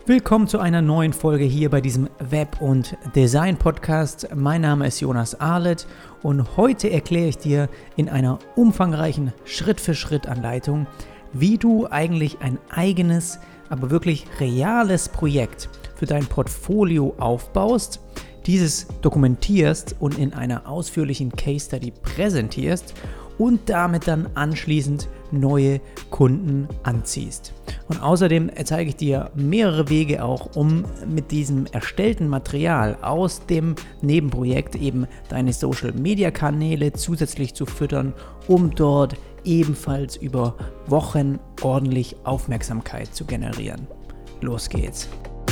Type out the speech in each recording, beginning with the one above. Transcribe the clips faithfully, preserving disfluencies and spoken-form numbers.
Willkommen zu einer neuen Folge hier bei diesem Web- und Design-Podcast. Mein Name ist Jonas Arlett und heute erkläre ich dir in einer umfangreichen Schritt-für-Schritt-Anleitung, wie du eigentlich ein eigenes, aber wirklich reales Projekt für dein Portfolio aufbaust, dieses dokumentierst und in einer ausführlichen Case Study präsentierst und damit dann anschließend neue Kunden anziehst. Und außerdem zeige ich dir mehrere Wege auch, um mit diesem erstellten Material aus dem Nebenprojekt eben deine Social-Media-Kanäle zusätzlich zu füttern, um dort ebenfalls über Wochen ordentlich Aufmerksamkeit zu generieren. Los geht's!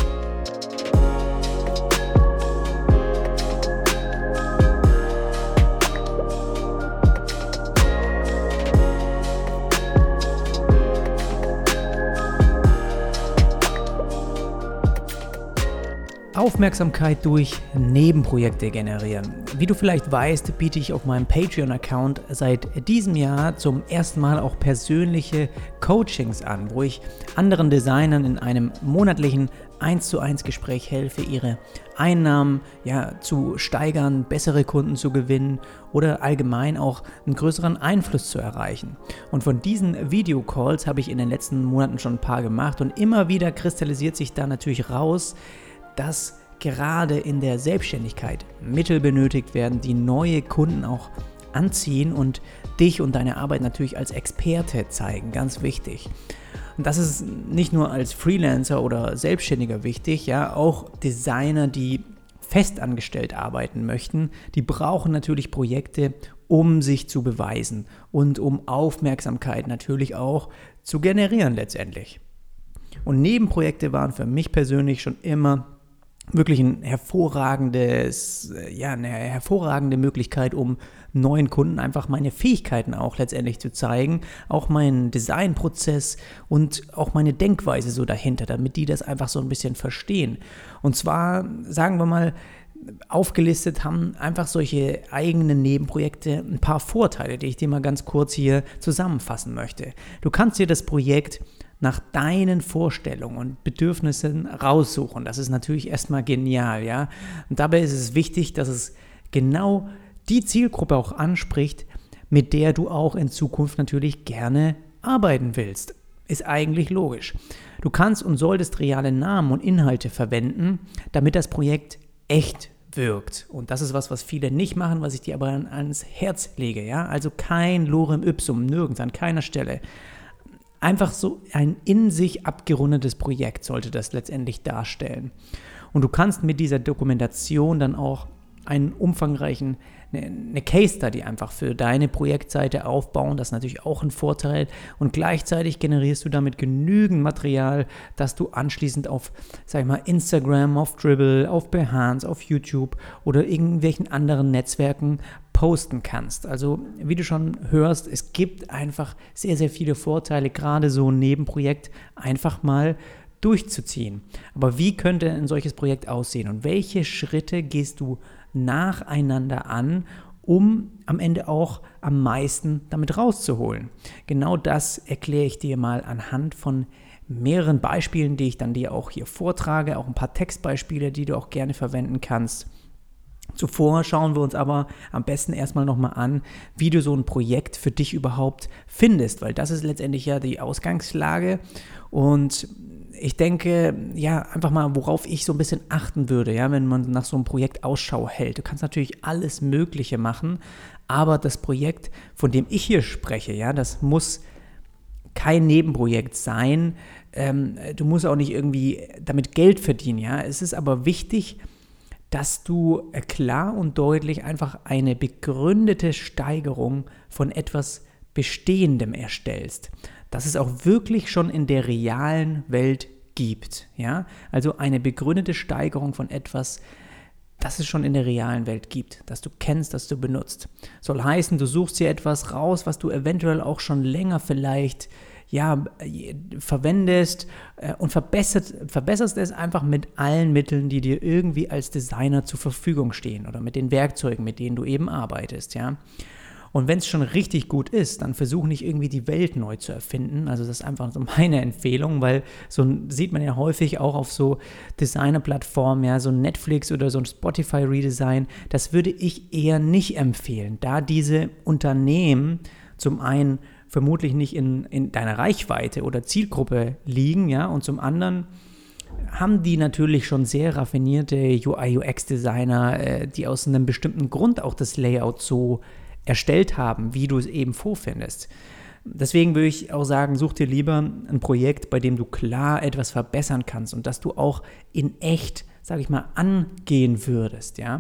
Aufmerksamkeit durch Nebenprojekte generieren. Wie du vielleicht weißt, biete ich auf meinem Patreon-Account seit diesem Jahr zum ersten Mal auch persönliche Coachings an, wo ich anderen Designern in einem monatlichen eins zu eins Gespräch helfe, ihre Einnahmen ja, zu steigern, bessere Kunden zu gewinnen oder allgemein auch einen größeren Einfluss zu erreichen. Und von diesen Videocalls habe ich in den letzten Monaten schon ein paar gemacht und immer wieder kristallisiert sich da natürlich raus, dass gerade in der Selbstständigkeit Mittel benötigt werden, die neue Kunden auch anziehen und dich und deine Arbeit natürlich als Experte zeigen, ganz wichtig. Und das ist nicht nur als Freelancer oder Selbstständiger wichtig, ja, auch Designer, die festangestellt arbeiten möchten, die brauchen natürlich Projekte, um sich zu beweisen und um Aufmerksamkeit natürlich auch zu generieren letztendlich. Und Nebenprojekte waren für mich persönlich schon immer wirklich ein hervorragendes, ja, eine hervorragende Möglichkeit, um neuen Kunden einfach meine Fähigkeiten auch letztendlich zu zeigen, auch meinen Designprozess und auch meine Denkweise so dahinter, damit die das einfach so ein bisschen verstehen. Und zwar, sagen wir mal, aufgelistet haben einfach solche eigenen Nebenprojekte ein paar Vorteile, die ich dir mal ganz kurz hier zusammenfassen möchte. Du kannst dir das Projekt nach deinen Vorstellungen und Bedürfnissen raussuchen. Das ist natürlich erstmal genial, ja. Und dabei ist es wichtig, dass es genau die Zielgruppe auch anspricht, mit der du auch in Zukunft natürlich gerne arbeiten willst. Ist eigentlich logisch. Du kannst und solltest reale Namen und Inhalte verwenden, damit das Projekt echt wirkt. Und das ist was, was viele nicht machen, was ich dir aber ans Herz lege, ja. Also kein Lorem Ipsum, nirgends, an keiner Stelle. Einfach so ein in sich abgerundetes Projekt sollte das letztendlich darstellen. Und du kannst mit dieser Dokumentation dann auch einen umfangreichen, eine, eine Case Study einfach für deine Projektseite aufbauen. Das ist natürlich auch ein Vorteil. Und gleichzeitig generierst du damit genügend Material, das du anschließend auf, sag ich mal, Instagram, auf Dribbble, auf Behance, auf YouTube oder irgendwelchen anderen Netzwerken posten kannst. Also wie du schon hörst, es gibt einfach sehr, sehr viele Vorteile, gerade so ein Nebenprojekt einfach mal durchzuziehen. Aber wie könnte ein solches Projekt aussehen und welche Schritte gehst du nacheinander an, um am Ende auch am meisten damit rauszuholen? Genau das erkläre ich dir mal anhand von mehreren Beispielen, die ich dann dir auch hier vortrage, auch ein paar Textbeispiele, die du auch gerne verwenden kannst. Zuvor schauen wir uns aber am besten erstmal nochmal an, wie du so ein Projekt für dich überhaupt findest, weil das ist letztendlich ja die Ausgangslage und ich denke, ja, einfach mal, worauf ich so ein bisschen achten würde, ja, wenn man nach so einem Projekt Ausschau hält. Du kannst natürlich alles Mögliche machen, aber das Projekt, von dem ich hier spreche, ja, das muss kein Nebenprojekt sein. Ähm, du musst auch nicht irgendwie damit Geld verdienen, ja. Es ist aber wichtig, dass du klar und deutlich einfach eine begründete Steigerung von etwas Bestehendem erstellst, das es auch wirklich schon in der realen Welt gibt. Ja? Also eine begründete Steigerung von etwas, das es schon in der realen Welt gibt, das du kennst, das du benutzt. Soll heißen, du suchst dir etwas raus, was du eventuell auch schon länger vielleicht ja, verwendest äh, und verbessert, verbesserst es einfach mit allen Mitteln, die dir irgendwie als Designer zur Verfügung stehen oder mit den Werkzeugen, mit denen du eben arbeitest, ja. Und wenn es schon richtig gut ist, dann versuch nicht irgendwie die Welt neu zu erfinden. Also das ist einfach so meine Empfehlung, weil so sieht man ja häufig auch auf so Designer-Plattformen, ja, so Netflix oder so ein Spotify-Redesign. Das würde ich eher nicht empfehlen, da diese Unternehmen zum einen vermutlich nicht in, in deiner Reichweite oder Zielgruppe liegen, ja, und zum anderen haben die natürlich schon sehr raffinierte U I U X-Designer, äh, die aus einem bestimmten Grund auch das Layout so erstellt haben, wie du es eben vorfindest. Deswegen würde ich auch sagen, such dir lieber ein Projekt, bei dem du klar etwas verbessern kannst und das du auch in echt, sage ich mal, angehen würdest, ja.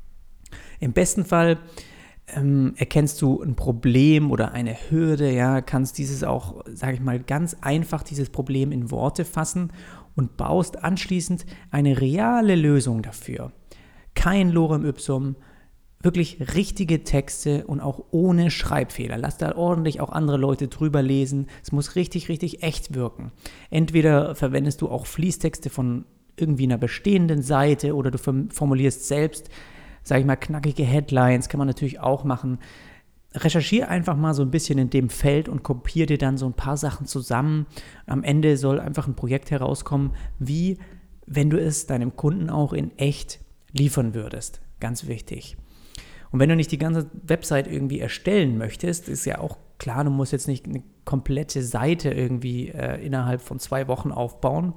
Im besten Fall ähm, erkennst du ein Problem oder eine Hürde, ja, kannst dieses auch, sage ich mal, ganz einfach dieses Problem in Worte fassen und baust anschließend eine reale Lösung dafür. Kein Lorem Ipsum, wirklich richtige Texte und auch ohne Schreibfehler. Lass da ordentlich auch andere Leute drüber lesen. Es muss richtig, richtig echt wirken. Entweder verwendest du auch Fließtexte von irgendwie einer bestehenden Seite oder du formulierst selbst, sage ich mal, knackige Headlines, kann man natürlich auch machen. Recherchiere einfach mal so ein bisschen in dem Feld und kopiere dir dann so ein paar Sachen zusammen. Am Ende soll einfach ein Projekt herauskommen, wie wenn du es deinem Kunden auch in echt liefern würdest. Ganz wichtig. Und wenn du nicht die ganze Website irgendwie erstellen möchtest, ist ja auch klar, du musst jetzt nicht eine komplette Seite irgendwie äh, innerhalb von zwei Wochen aufbauen.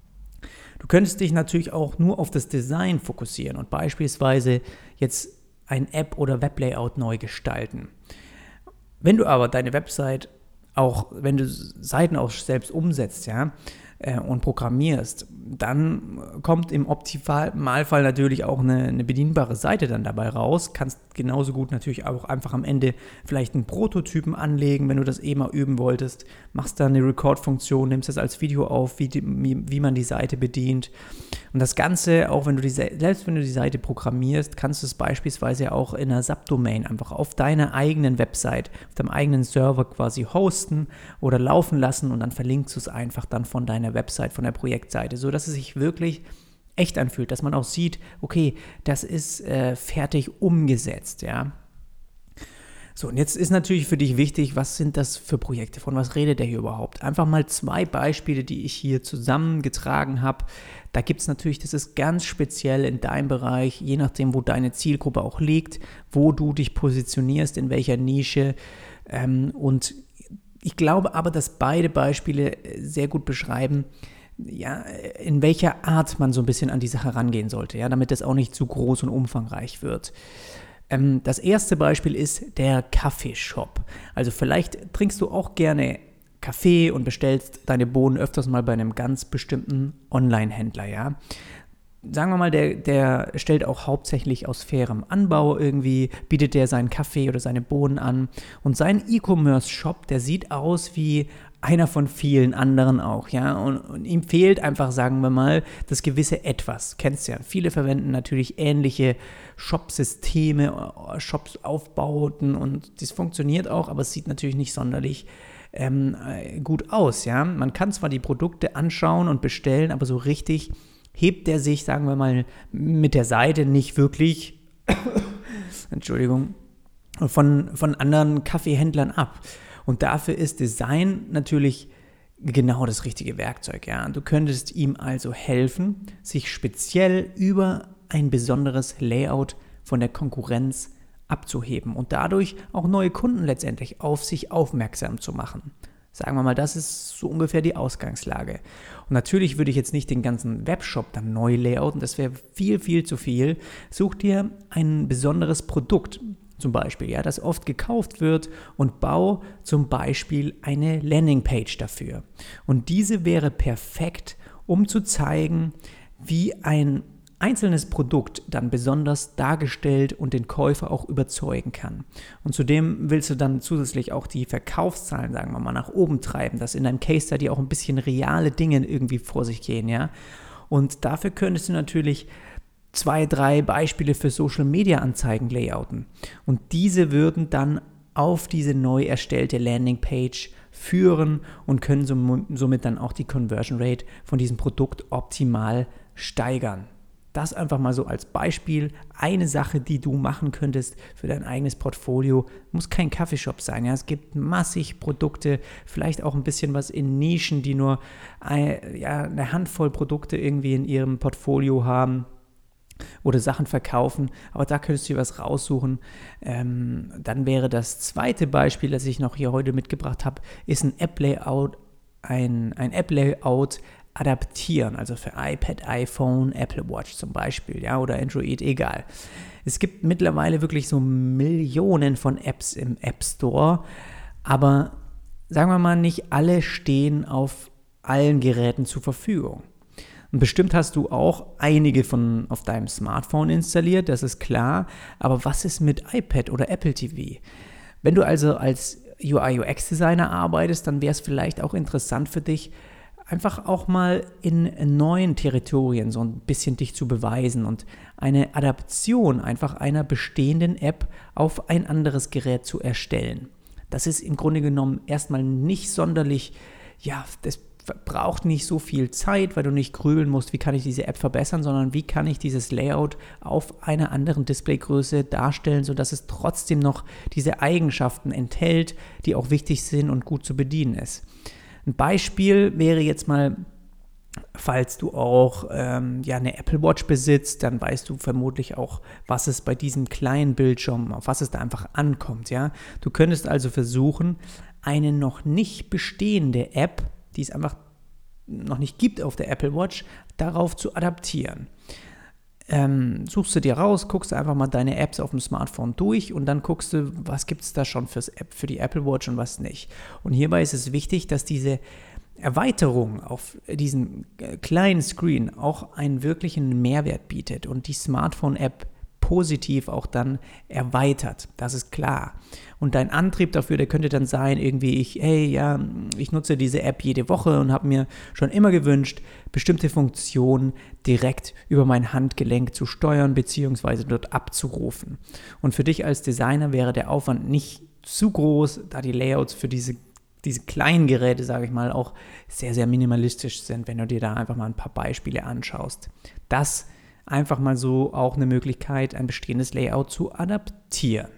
Du könntest dich natürlich auch nur auf das Design fokussieren und beispielsweise jetzt ein App- oder Weblayout neu gestalten. Wenn du aber deine Website auch, wenn du Seiten auch selbst umsetzt, ja, äh, und programmierst, dann kommt im Optimalfall natürlich auch eine, eine bedienbare Seite dann dabei raus. Kannst genauso gut natürlich auch einfach am Ende vielleicht einen Prototypen anlegen, wenn du das eh mal üben wolltest. Machst dann eine Record-Funktion, nimmst das als Video auf, wie, die, wie man die Seite bedient. Und das Ganze, auch wenn du die, selbst wenn du die Seite programmierst, kannst du es beispielsweise auch in einer Subdomain einfach auf deiner eigenen Website, auf deinem eigenen Server quasi hosten oder laufen lassen und dann verlinkst du es einfach dann von deiner Website, von der Projektseite, so dass es sich wirklich echt anfühlt, dass man auch sieht, okay, das ist äh, fertig umgesetzt, ja. So, und jetzt ist natürlich für dich wichtig, was sind das für Projekte, von was redet der hier überhaupt? Einfach mal zwei Beispiele, die ich hier zusammengetragen habe. Da gibt es natürlich, das ist ganz speziell in deinem Bereich, je nachdem, wo deine Zielgruppe auch liegt, wo du dich positionierst, in welcher Nische. Ähm, und ich glaube aber, dass beide Beispiele sehr gut beschreiben, ja, in welcher Art man so ein bisschen an die Sache rangehen sollte, ja, damit das auch nicht zu groß und umfangreich wird. Ähm, das erste Beispiel ist der Kaffeeshop. Also vielleicht trinkst du auch gerne Kaffee und bestellst deine Bohnen öfters mal bei einem ganz bestimmten Online-Händler, ja. Sagen wir mal, der, der stellt auch hauptsächlich aus fairem Anbau irgendwie, bietet der seinen Kaffee oder seine Bohnen an. Und sein E-Commerce-Shop, der sieht aus wie einer von vielen anderen auch, ja. Und, und ihm fehlt einfach, sagen wir mal, das gewisse Etwas. Kennst du ja. Viele verwenden natürlich ähnliche Shop-Systeme, Shops aufbauten und das funktioniert auch, aber es sieht natürlich nicht sonderlich ähm, gut aus, ja. Man kann zwar die Produkte anschauen und bestellen, aber so richtig hebt der sich, sagen wir mal, mit der Seite nicht wirklich, Entschuldigung, von, von anderen Kaffeehändlern ab. Und dafür ist Design natürlich genau das richtige Werkzeug. Ja. Du könntest ihm also helfen, sich speziell über ein besonderes Layout von der Konkurrenz abzuheben und dadurch auch neue Kunden letztendlich auf sich aufmerksam zu machen. Sagen wir mal, das ist so ungefähr die Ausgangslage. Und natürlich würde ich jetzt nicht den ganzen Webshop dann neu layouten, das wäre viel, viel zu viel. Such dir ein besonderes Produkt, zum Beispiel, ja, das oft gekauft wird und bau zum Beispiel eine Landingpage dafür. Und diese wäre perfekt, um zu zeigen, wie ein einzelnes Produkt dann besonders dargestellt und den Käufer auch überzeugen kann. Und zudem willst du dann zusätzlich auch die Verkaufszahlen, sagen wir mal, nach oben treiben, dass in deinem Case Study auch ein bisschen reale Dinge irgendwie vor sich gehen, ja. Und dafür könntest du natürlich zwei, drei Beispiele für Social-Media-Anzeigen layouten. Und diese würden dann auf diese neu erstellte Landingpage führen und können somit dann auch die Conversion Rate von diesem Produkt optimal steigern. Das einfach mal so als Beispiel, eine Sache, die du machen könntest für dein eigenes Portfolio. Muss kein Kaffeeshop sein, ja, es gibt massig Produkte, vielleicht auch ein bisschen was in Nischen, die nur ein, ja, eine Handvoll Produkte irgendwie in ihrem Portfolio haben oder Sachen verkaufen, aber da könntest du dir was raussuchen. Ähm, dann wäre das zweite Beispiel, das ich noch hier heute mitgebracht habe, ist ein App-Layout, ein, ein App-Layout adaptieren, also für iPad, iPhone, Apple Watch zum Beispiel, ja, oder Android, egal. Es gibt mittlerweile wirklich so Millionen von Apps im App Store, aber sagen wir mal, nicht alle stehen auf allen Geräten zur Verfügung. Und bestimmt hast du auch einige von auf deinem Smartphone installiert, das ist klar, aber was ist mit iPad oder Apple T V? Wenn du also als U I U X Designer arbeitest, dann wäre es vielleicht auch interessant für dich, einfach auch mal in neuen Territorien so ein bisschen dich zu beweisen und eine Adaption einfach einer bestehenden App auf ein anderes Gerät zu erstellen. Das ist im Grunde genommen erstmal nicht sonderlich, ja, das braucht nicht so viel Zeit, weil du nicht grübeln musst, wie kann ich diese App verbessern, sondern wie kann ich dieses Layout auf einer anderen Displaygröße darstellen, sodass es trotzdem noch diese Eigenschaften enthält, die auch wichtig sind und gut zu bedienen ist. Ein Beispiel wäre jetzt mal, falls du auch ähm, ja, eine Apple Watch besitzt, dann weißt du vermutlich auch, was es bei diesem kleinen Bildschirm, auf was es da einfach ankommt. Ja? Du könntest also versuchen, eine noch nicht bestehende App, die es einfach noch nicht gibt auf der Apple Watch, darauf zu adaptieren. Ähm, suchst du dir raus, guckst du einfach mal deine Apps auf dem Smartphone durch und dann guckst du, was gibt es da schon fürs App, für die Apple Watch und was nicht. Und hierbei ist es wichtig, dass diese Erweiterung auf diesem kleinen Screen auch einen wirklichen Mehrwert bietet und die Smartphone-App positiv auch dann erweitert, das ist klar. Und dein Antrieb dafür, der könnte dann sein, irgendwie ich, hey, ja, ich nutze diese App jede Woche und habe mir schon immer gewünscht, bestimmte Funktionen direkt über mein Handgelenk zu steuern bzw. dort abzurufen. Und für dich als Designer wäre der Aufwand nicht zu groß, da die Layouts für diese diese kleinen Geräte, sage ich mal, auch sehr, sehr minimalistisch sind, wenn du dir da einfach mal ein paar Beispiele anschaust. Das einfach mal so auch eine Möglichkeit, ein bestehendes Layout zu adaptieren.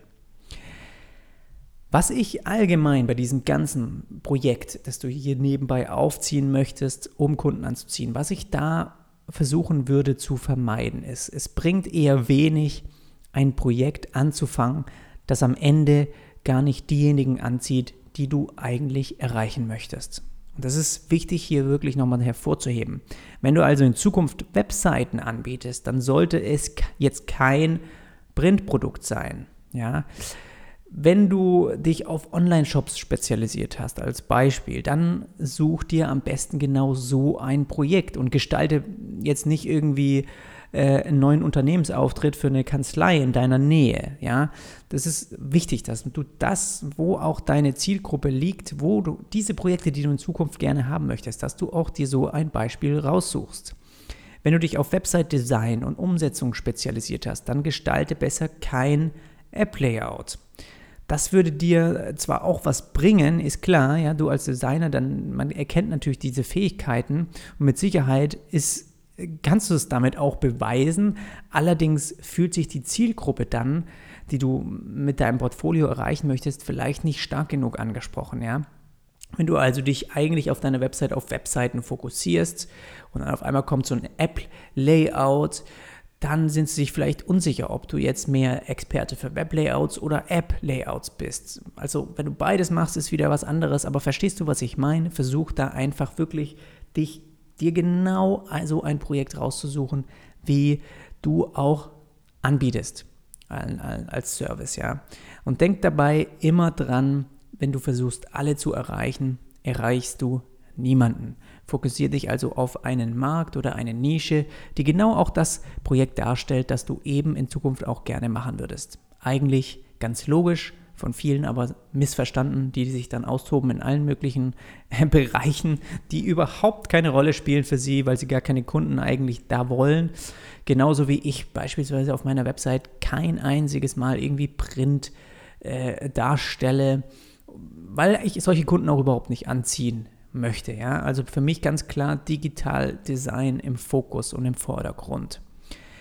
Was ich allgemein bei diesem ganzen Projekt, das du hier nebenbei aufziehen möchtest, um Kunden anzuziehen, was ich da versuchen würde zu vermeiden, ist, es bringt eher wenig, ein Projekt anzufangen, das am Ende gar nicht diejenigen anzieht, die du eigentlich erreichen möchtest. Und das ist wichtig, hier wirklich nochmal hervorzuheben. Wenn du also in Zukunft Webseiten anbietest, dann sollte es jetzt kein Printprodukt sein. Ja? Wenn du dich auf Online-Shops spezialisiert hast, als Beispiel, dann such dir am besten genau so ein Projekt und gestalte jetzt nicht irgendwie äh, einen neuen Unternehmensauftritt für eine Kanzlei in deiner Nähe. Ja? Das ist wichtig, dass du das, wo auch deine Zielgruppe liegt, wo du diese Projekte, die du in Zukunft gerne haben möchtest, dass du auch dir so ein Beispiel raussuchst. Wenn du dich auf Website-Design und Umsetzung spezialisiert hast, dann gestalte besser kein App-Layout. Das würde dir zwar auch was bringen, ist klar, ja, du als Designer, dann, man erkennt natürlich diese Fähigkeiten und mit Sicherheit ist, kannst du es damit auch beweisen, allerdings fühlt sich die Zielgruppe dann, die du mit deinem Portfolio erreichen möchtest, vielleicht nicht stark genug angesprochen, ja. Wenn du also dich eigentlich auf deiner Website auf Webseiten fokussierst und dann auf einmal kommt so ein App-Layout, dann sind sie sich vielleicht unsicher, ob du jetzt mehr Experte für Web-Layouts oder App-Layouts bist. Also wenn du beides machst, ist wieder was anderes, aber verstehst du, was ich meine? Versuch da einfach wirklich, dich, dir genau so ein Projekt rauszusuchen, wie du auch anbietest als Service, ja. Und denk dabei immer dran, wenn du versuchst, alle zu erreichen, erreichst du niemanden. Fokussiere dich also auf einen Markt oder eine Nische, die genau auch das Projekt darstellt, das du eben in Zukunft auch gerne machen würdest. Eigentlich ganz logisch, von vielen aber missverstanden, die sich dann austoben in allen möglichen Bereichen, die überhaupt keine Rolle spielen für sie, weil sie gar keine Kunden eigentlich da wollen. Genauso wie ich beispielsweise auf meiner Website kein einziges Mal irgendwie Print äh, darstelle, weil ich solche Kunden auch überhaupt nicht anziehen möchte. Ja? Also für mich ganz klar Digital Design im Fokus und im Vordergrund.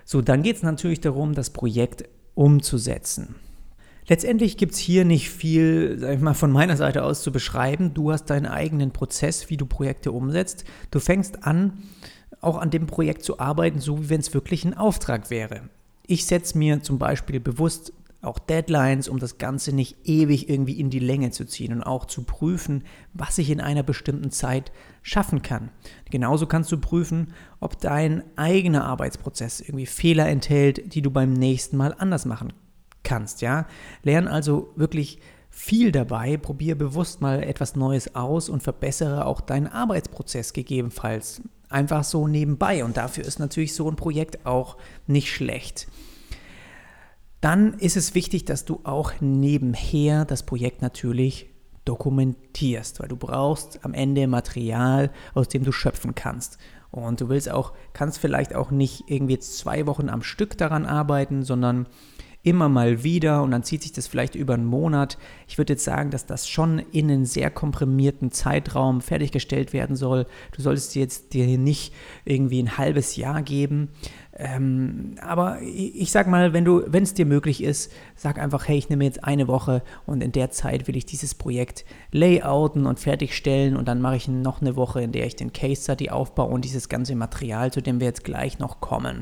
So, dann geht es natürlich darum, das Projekt umzusetzen. Letztendlich gibt es hier nicht viel, sag ich mal, von meiner Seite aus zu beschreiben. Du hast deinen eigenen Prozess, wie du Projekte umsetzt. Du fängst an, auch an dem Projekt zu arbeiten, so wie wenn es wirklich ein Auftrag wäre. Ich setze mir zum Beispiel bewusst auch Deadlines, um das Ganze nicht ewig irgendwie in die Länge zu ziehen und auch zu prüfen, was ich in einer bestimmten Zeit schaffen kann. Genauso kannst du prüfen, ob dein eigener Arbeitsprozess irgendwie Fehler enthält, die du beim nächsten Mal anders machen kannst. Ja? Lern also wirklich viel dabei, probiere bewusst mal etwas Neues aus und verbessere auch deinen Arbeitsprozess gegebenenfalls einfach so nebenbei. Und dafür ist natürlich so ein Projekt auch nicht schlecht. Dann ist es wichtig, dass du auch nebenher das Projekt natürlich dokumentierst, weil du brauchst am Ende Material, aus dem du schöpfen kannst. Und du willst auch, kannst vielleicht auch nicht irgendwie jetzt zwei Wochen am Stück daran arbeiten, sondern immer mal wieder und dann zieht sich das vielleicht über einen Monat. Ich würde jetzt sagen, dass das schon in einen sehr komprimierten Zeitraum fertiggestellt werden soll. Du solltest dir jetzt dir nicht irgendwie ein halbes Jahr geben. Ähm, aber ich, ich sag mal, wenn du, wenn es dir möglich ist, sag einfach, hey, ich nehme jetzt eine Woche und in der Zeit will ich dieses Projekt layouten und fertigstellen und dann mache ich noch eine Woche, in der ich den Case Study aufbaue und dieses ganze Material, zu dem wir jetzt gleich noch kommen.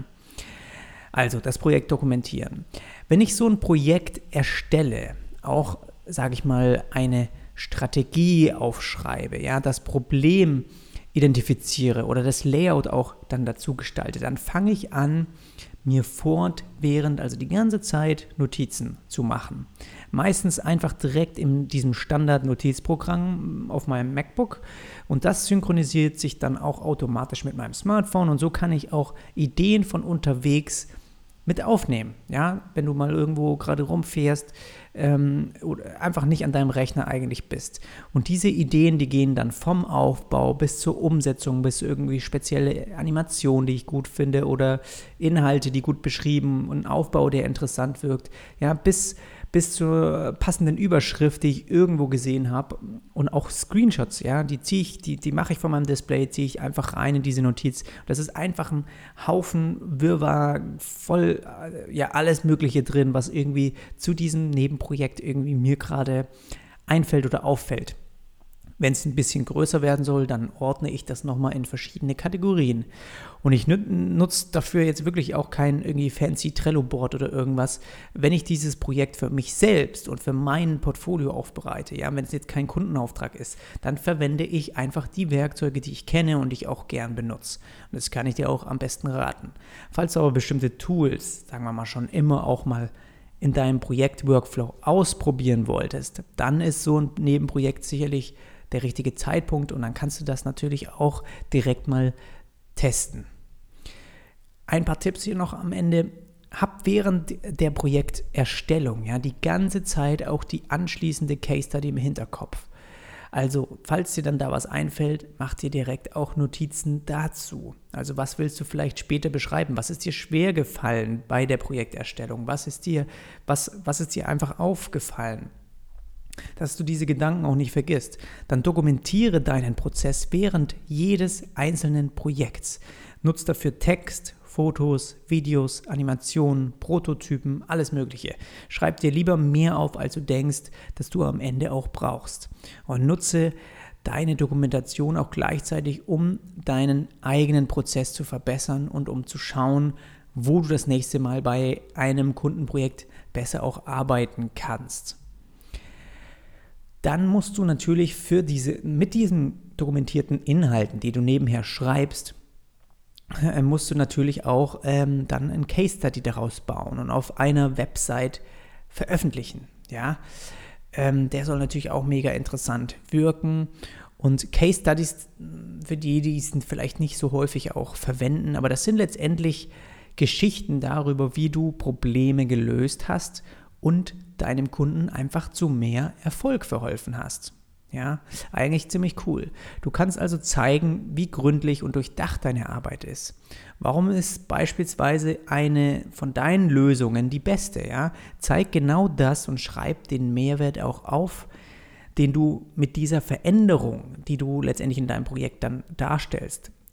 Also das Projekt dokumentieren. Wenn ich so ein Projekt erstelle, auch, sage ich mal, eine Strategie aufschreibe, ja, das Problem identifiziere oder das Layout auch dann dazu gestalte, dann fange ich an, mir fortwährend, also die ganze Zeit, Notizen zu machen. Meistens einfach direkt in diesem Standard-Notizprogramm auf meinem MacBook und das synchronisiert sich dann auch automatisch mit meinem Smartphone und so kann ich auch Ideen von unterwegs mit aufnehmen, ja, wenn du mal irgendwo gerade rumfährst ähm, oder einfach nicht an deinem Rechner eigentlich bist. Und diese Ideen, die gehen dann vom Aufbau bis zur Umsetzung, bis irgendwie spezielle Animationen, die ich gut finde oder Inhalte, die gut beschrieben und ein Aufbau, der interessant wirkt, ja, bis bis zur passenden Überschrift, die ich irgendwo gesehen habe und auch Screenshots, ja, die ziehe ich, die, die mache ich von meinem Display, ziehe ich einfach rein in diese Notiz. Das ist einfach ein Haufen Wirrwarr, voll, ja, alles Mögliche drin, was irgendwie zu diesem Nebenprojekt irgendwie mir gerade einfällt oder auffällt. Wenn es ein bisschen größer werden soll, dann ordne ich das nochmal in verschiedene Kategorien. Und ich nutze dafür jetzt wirklich auch kein irgendwie fancy Trello-Board oder irgendwas. Wenn ich dieses Projekt für mich selbst und für mein Portfolio aufbereite, ja, wenn es jetzt kein Kundenauftrag ist, dann verwende ich einfach die Werkzeuge, die ich kenne und ich auch gern benutze. Und das kann ich dir auch am besten raten. Falls du aber bestimmte Tools, sagen wir mal schon immer auch mal in deinem Projekt-Workflow ausprobieren wolltest, dann ist so ein Nebenprojekt sicherlich der richtige Zeitpunkt und dann kannst du das natürlich auch direkt mal testen. Ein paar Tipps hier noch am Ende. Hab während der Projekterstellung ja die ganze Zeit auch die anschließende Case Study im Hinterkopf. Also, falls dir dann da was einfällt, mach dir direkt auch Notizen dazu. Also, was willst du vielleicht später beschreiben? Was ist dir schwer gefallen bei der Projekterstellung? Was ist dir, was, was ist dir einfach aufgefallen? Dass du diese Gedanken auch nicht vergisst. Dann dokumentiere deinen Prozess während jedes einzelnen Projekts. Nutz dafür Text, Fotos, Videos, Animationen, Prototypen, alles Mögliche. Schreib dir lieber mehr auf, als du denkst, dass du am Ende auch brauchst. Und nutze deine Dokumentation auch gleichzeitig, um deinen eigenen Prozess zu verbessern und um zu schauen, wo du das nächste Mal bei einem Kundenprojekt besser auch arbeiten kannst. Dann musst du natürlich für diese, mit diesen dokumentierten Inhalten, die du nebenher schreibst, äh, musst du natürlich auch ähm, dann ein Case Study daraus bauen und auf einer Website veröffentlichen. Ja? Ähm, der soll natürlich auch mega interessant wirken. Und Case Studies, für die, die es vielleicht nicht so häufig auch verwenden, aber das sind letztendlich Geschichten darüber, wie du Probleme gelöst hast und deinem Kunden einfach zu mehr Erfolg verholfen hast. Ja, eigentlich ziemlich cool. Du kannst also zeigen, wie gründlich und durchdacht deine Arbeit ist. Warum ist beispielsweise eine von deinen Lösungen die beste? Ja? Zeig genau das und schreib den Mehrwert auch auf, den du mit dieser Veränderung, die du letztendlich in deinem Projekt dann darstellst,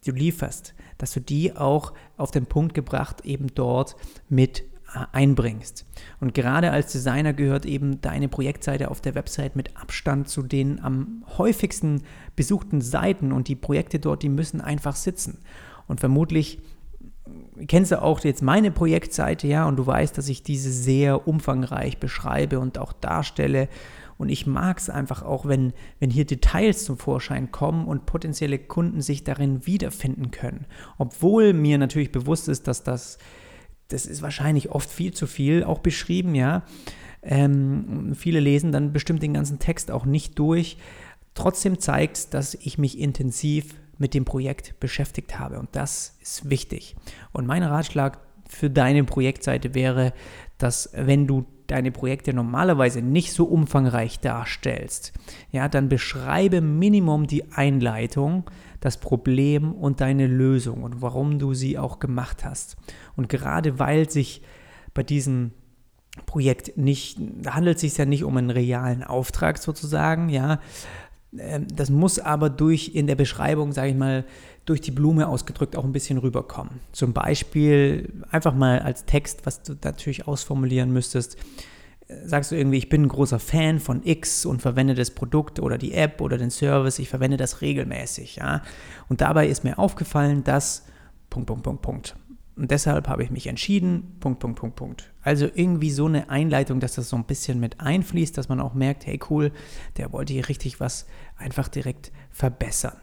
du lieferst, dass du die auch auf den Punkt gebracht eben dort mit einbringst. Und gerade als Designer gehört eben deine Projektseite auf der Website mit Abstand zu den am häufigsten besuchten Seiten, und die Projekte dort, die müssen einfach sitzen. Und vermutlich kennst du auch jetzt meine Projektseite, ja, und du weißt, dass ich diese sehr umfangreich beschreibe und auch darstelle. Und ich mag es einfach auch, wenn, wenn hier Details zum Vorschein kommen und potenzielle Kunden sich darin wiederfinden können. Obwohl mir natürlich bewusst ist, dass das Das ist wahrscheinlich oft viel zu viel auch beschrieben, ja. Ähm, viele lesen dann bestimmt den ganzen Text auch nicht durch. Trotzdem zeigt es, dass ich mich intensiv mit dem Projekt beschäftigt habe, und das ist wichtig. Und mein Ratschlag für deine Projektseite wäre, dass wenn du deine Projekte normalerweise nicht so umfangreich darstellst, ja, dann beschreibe Minimum die Einleitung, das Problem und deine Lösung und warum du sie auch gemacht hast. Und gerade weil sich bei diesem Projekt nicht, da handelt es sich ja nicht um einen realen Auftrag sozusagen, ja, das muss aber durch in der Beschreibung, sage ich mal, durch die Blume ausgedrückt auch ein bisschen rüberkommen. Zum Beispiel einfach mal als Text, was du natürlich ausformulieren müsstest, sagst du irgendwie, ich bin ein großer Fan von X und verwende das Produkt oder die App oder den Service, ich verwende das regelmäßig, ja. Und dabei ist mir aufgefallen, dass Punkt, Punkt, Punkt, Punkt. Und deshalb habe ich mich entschieden, Punkt, Punkt, Punkt, Punkt. Also irgendwie so eine Einleitung, dass das so ein bisschen mit einfließt, dass man auch merkt, hey cool, der wollte hier richtig was einfach direkt verbessern.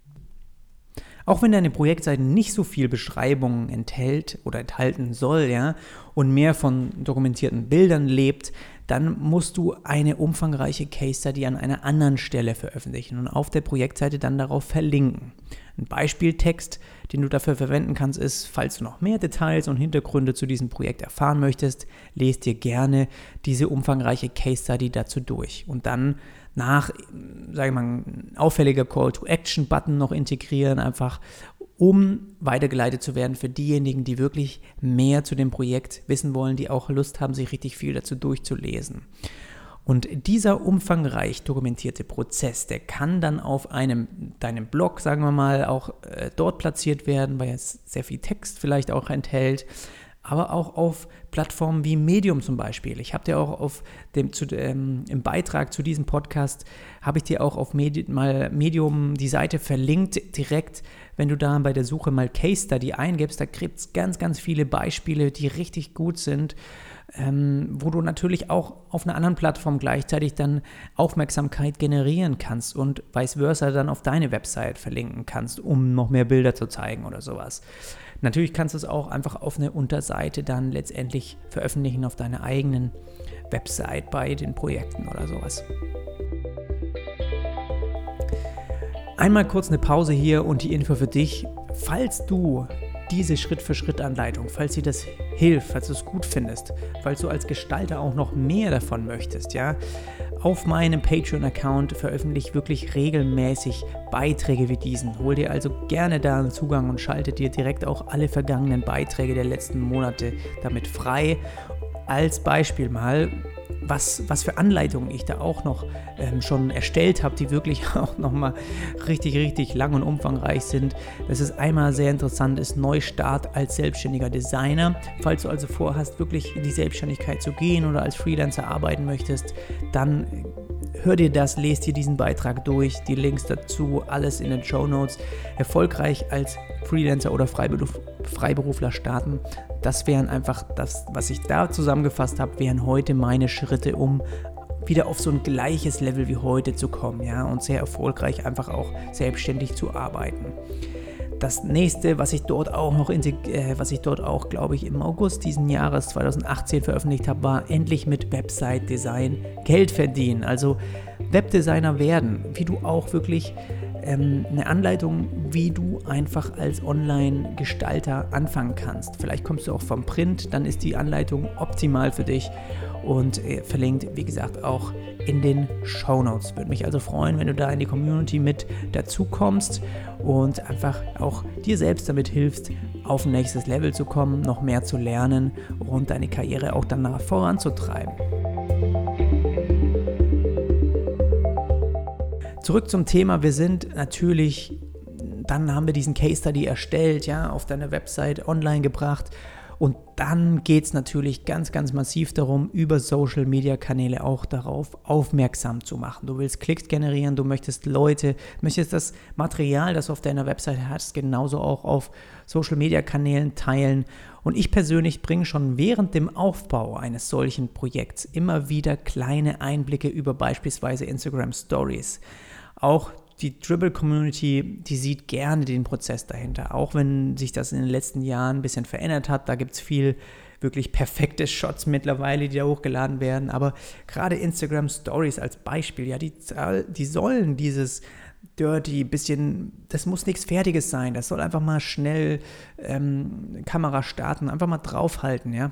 Auch wenn deine Projektseite nicht so viel Beschreibungen enthält oder enthalten soll, ja, und mehr von dokumentierten Bildern lebt, dann musst du eine umfangreiche Case Study an einer anderen Stelle veröffentlichen und auf der Projektseite dann darauf verlinken. Ein Beispieltext, den du dafür verwenden kannst, ist, falls du noch mehr Details und Hintergründe zu diesem Projekt erfahren möchtest, lest dir gerne diese umfangreiche Case Study dazu durch und dann nach, sage ich mal, ein auffälliger Call-to-Action-Button noch integrieren, einfach um weitergeleitet zu werden für diejenigen, die wirklich mehr zu dem Projekt wissen wollen, die auch Lust haben, sich richtig viel dazu durchzulesen. Und dieser umfangreich dokumentierte Prozess, der kann dann auf einem, deinem Blog, sagen wir mal, auch äh, dort platziert werden, weil es sehr viel Text vielleicht auch enthält, aber auch auf Plattformen wie Medium zum Beispiel. Ich habe dir auch auf dem, zu, ähm, im Beitrag zu diesem Podcast, habe ich dir auch auf Medi- mal Medium die Seite verlinkt, direkt, wenn du da bei der Suche mal Case Study eingibst, da gibt es ganz, ganz viele Beispiele, die richtig gut sind, ähm, wo du natürlich auch auf einer anderen Plattform gleichzeitig dann Aufmerksamkeit generieren kannst und vice versa dann auf deine Website verlinken kannst, um noch mehr Bilder zu zeigen oder sowas. Natürlich kannst du es auch einfach auf eine Unterseite dann letztendlich veröffentlichen auf deiner eigenen Website bei den Projekten oder sowas. Einmal kurz eine Pause hier und die Info für dich. Falls du diese Schritt-für-Schritt-Anleitung, falls dir das hilft, falls du es gut findest, falls du als Gestalter auch noch mehr davon möchtest, ja, auf meinem Patreon-Account veröffentliche ich wirklich regelmäßig Beiträge wie diesen. Hol dir also gerne da einen Zugang und schalte dir direkt auch alle vergangenen Beiträge der letzten Monate damit frei. Als Beispiel mal, was, was für Anleitungen ich da auch noch ähm, schon erstellt habe, die wirklich auch nochmal richtig, richtig lang und umfangreich sind. Das ist einmal sehr interessant, ist Neustart als selbstständiger Designer. Falls du also vorhast, wirklich in die Selbstständigkeit zu gehen oder als Freelancer arbeiten möchtest, dann hör dir das, lest dir diesen Beitrag durch, die Links dazu, alles in den Shownotes. Erfolgreich als Freelancer oder Freiberuf, Freiberufler starten. Das wären einfach das, was ich da zusammengefasst habe, wären heute meine Schritte, um wieder auf so ein gleiches Level wie heute zu kommen, ja, und sehr erfolgreich einfach auch selbstständig zu arbeiten. Das nächste, was ich dort auch noch, äh, was ich dort auch, glaube ich, im August diesen Jahres zweitausendachtzehn veröffentlicht habe, war endlich mit Website-Design Geld verdienen. Also Webdesigner werden, wie du auch wirklich ähm, eine Anleitung, wie du einfach als Online-Gestalter anfangen kannst. Vielleicht kommst du auch vom Print, dann ist die Anleitung optimal für dich und äh, verlinkt, wie gesagt, auch in den Shownotes. Würde mich also freuen, wenn du da in die Community mit dazu kommst und einfach auch dir selbst damit hilfst, auf ein nächstes Level zu kommen, noch mehr zu lernen und deine Karriere auch danach voranzutreiben. Zurück zum Thema. Wir sind natürlich dann haben wir diesen Case Study erstellt, ja, auf deiner Website online gebracht. Und dann geht es natürlich ganz, ganz massiv darum, über Social-Media-Kanäle auch darauf aufmerksam zu machen. Du willst Klicks generieren, du möchtest Leute, möchtest das Material, das du auf deiner Website hast, genauso auch auf Social-Media-Kanälen teilen. Und ich persönlich bringe schon während dem Aufbau eines solchen Projekts immer wieder kleine Einblicke über beispielsweise Instagram Stories. Auch die Dribbble-Community, die sieht gerne den Prozess dahinter, auch wenn sich das in den letzten Jahren ein bisschen verändert hat. Da gibt es viel wirklich perfekte Shots mittlerweile, die da hochgeladen werden, aber gerade Instagram Stories als Beispiel, ja, die, die sollen dieses dirty, bisschen, das muss nichts Fertiges sein, das soll einfach mal schnell ähm, Kamera starten, einfach mal draufhalten, ja.